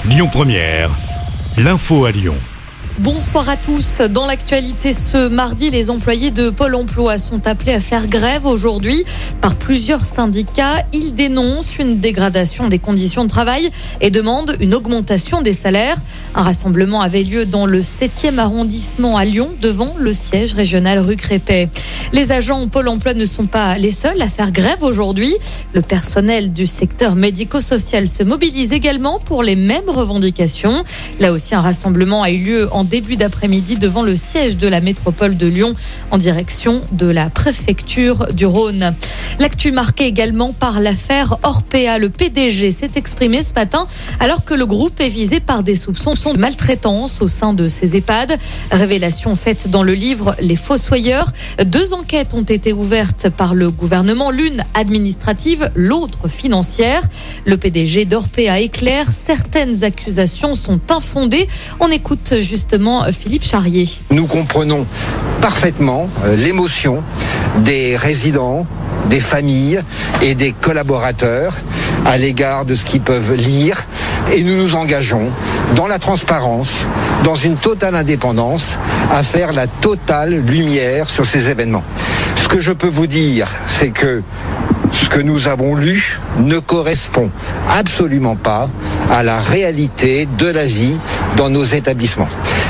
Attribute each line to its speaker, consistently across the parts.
Speaker 1: Lyon Première, l'info à Lyon.
Speaker 2: Bonsoir à tous. Dans l'actualité ce mardi, les employés de Pôle emploi sont appelés à faire grève aujourd'hui par plusieurs syndicats. Ils dénoncent une dégradation des conditions de travail et demandent une augmentation des salaires. Un rassemblement avait lieu dans le 7e arrondissement à Lyon, devant le siège régional rue Crépet. Les agents Pôle emploi ne sont pas les seuls à faire grève aujourd'hui. Le personnel du secteur médico-social se mobilise également pour les mêmes revendications. Là aussi, un rassemblement a eu lieu en début d'après-midi devant le siège de la métropole de Lyon en direction de la préfecture du Rhône. L'actu marquée également par l'affaire Orpea. Le PDG s'est exprimé ce matin alors que le groupe est visé par des soupçons de maltraitance au sein de ses EHPAD. Révélation faite dans le livre Les Fossoyeurs. 2 enquêtes ont été ouvertes par le gouvernement, l'une administrative, l'autre financière. Le PDG d'Orpea éclaire, certaines accusations sont infondées. On écoute justement Philippe Charrier.
Speaker 3: Nous comprenons parfaitement l'émotion des résidents, des familles et des collaborateurs à l'égard de ce qu'ils peuvent lire, et nous nous engageons dans la transparence, dans une totale indépendance, à faire la totale lumière sur ces événements. Ce que je peux vous dire, c'est que ce que nous avons lu ne correspond absolument pas à la réalité de la vie dans nos établissements.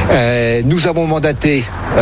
Speaker 3: Nous avons mandaté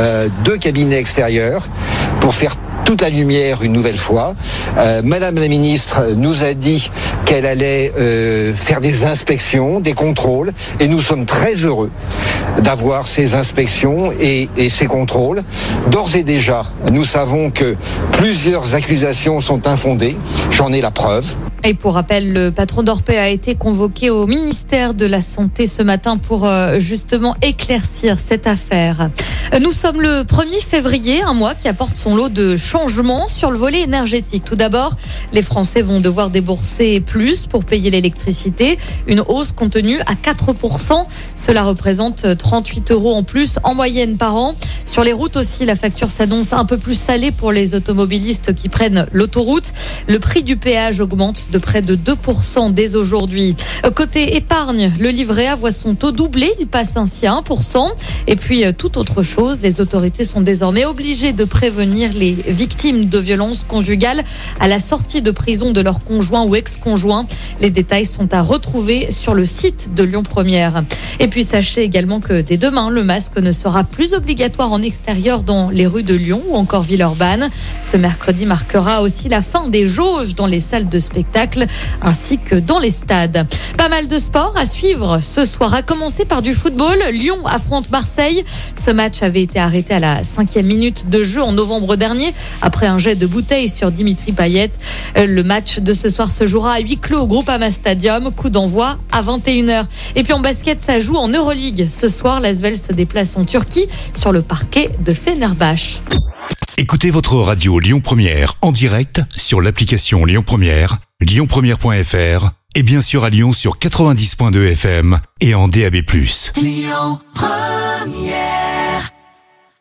Speaker 3: 2 cabinets extérieurs pour faire toute la lumière une nouvelle fois. Madame la ministre nous a dit qu'elle allait faire des inspections, des contrôles, et nous sommes très heureux d'avoir ces inspections et ces contrôles. D'ores et déjà, nous savons que plusieurs accusations sont infondées. J'en ai la preuve.
Speaker 2: Et pour rappel, le patron d'Orpea a été convoqué au ministère de la Santé ce matin pour justement éclaircir cette affaire. Nous sommes le 1er février, un mois qui apporte son lot de changements sur le volet énergétique. Tout d'abord, les Français vont devoir débourser plus pour payer l'électricité. Une hausse contenue à 4%. Cela représente 38 € en plus en moyenne par an. Sur les routes aussi, la facture s'annonce un peu plus salée pour les automobilistes qui prennent l'autoroute. Le prix du péage augmente de près de 2% dès aujourd'hui. Côté épargne, le livret A voit son taux doubler. Il passe ainsi à 1%. Et puis, toute autre chose, les autorités sont désormais obligées de prévenir les victimes de violences conjugales à la sortie de prison de leur conjoint ou ex-conjoint. Les détails sont à retrouver sur le site de Lyon Première. Et puis, sachez également que dès demain, le masque ne sera plus obligatoire en extérieur dans les rues de Lyon ou encore Villeurbanne. Ce mercredi marquera aussi la fin des jauges dans les salles de spectacle ainsi que dans les stades. Pas mal de sport à suivre ce soir, à commencer par du football. Lyon affronte Marseille. Ce match avait été arrêté à la 5e minute de jeu en novembre dernier après un jet de bouteille sur Dimitri Payet. Le match de ce soir se jouera à huis clos au Groupama Stadium. Coup d'envoi à 21h. Et puis en basket, ça joue en Euroleague. Ce soir, l'Asvel se déplace en Turquie sur le parquet de Fenerbahçe.
Speaker 1: Écoutez votre radio Lyon Première en direct sur l'application Lyon Première, lyonpremière.fr et bien sûr à Lyon sur 90.2 FM et en DAB+.
Speaker 4: Lyon Première.